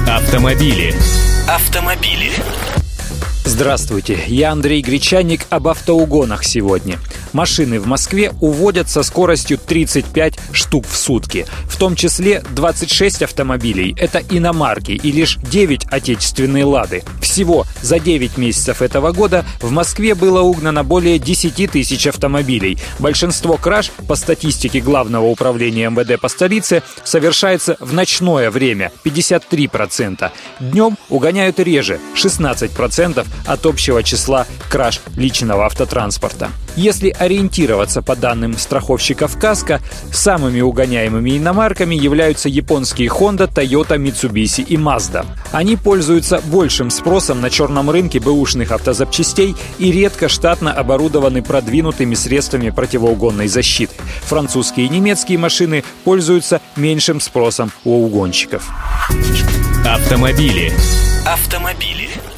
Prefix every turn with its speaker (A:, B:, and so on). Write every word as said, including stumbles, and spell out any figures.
A: Автомобили. Автомобили.
B: Здравствуйте, я Андрей Гречанник об автоугонах сегодня. Машины в Москве уводят со скоростью тридцать пять штук в сутки. В том числе двадцать шесть автомобилей – это иномарки и лишь девять отечественные «Лады». Всего за девять месяцев этого года в Москве было угнано более десять тысяч автомобилей. Большинство краж, по статистике Главного управления эм вэ дэ по столице, совершается в ночное время – пятьдесят три процента. Днем угоняют реже – шестнадцать процентов от общего числа краж личного автотранспорта. Если ориентироваться по данным страховщиков «Каско», самыми угоняемыми иномарками являются японские Honda, Toyota, Mitsubishi и Mazda. Они пользуются большим спросом на черном рынке бэушных автозапчастей и редко штатно оборудованы продвинутыми средствами противоугонной защиты. Французские и немецкие машины пользуются меньшим спросом у угонщиков.
A: Автомобили. Автомобили.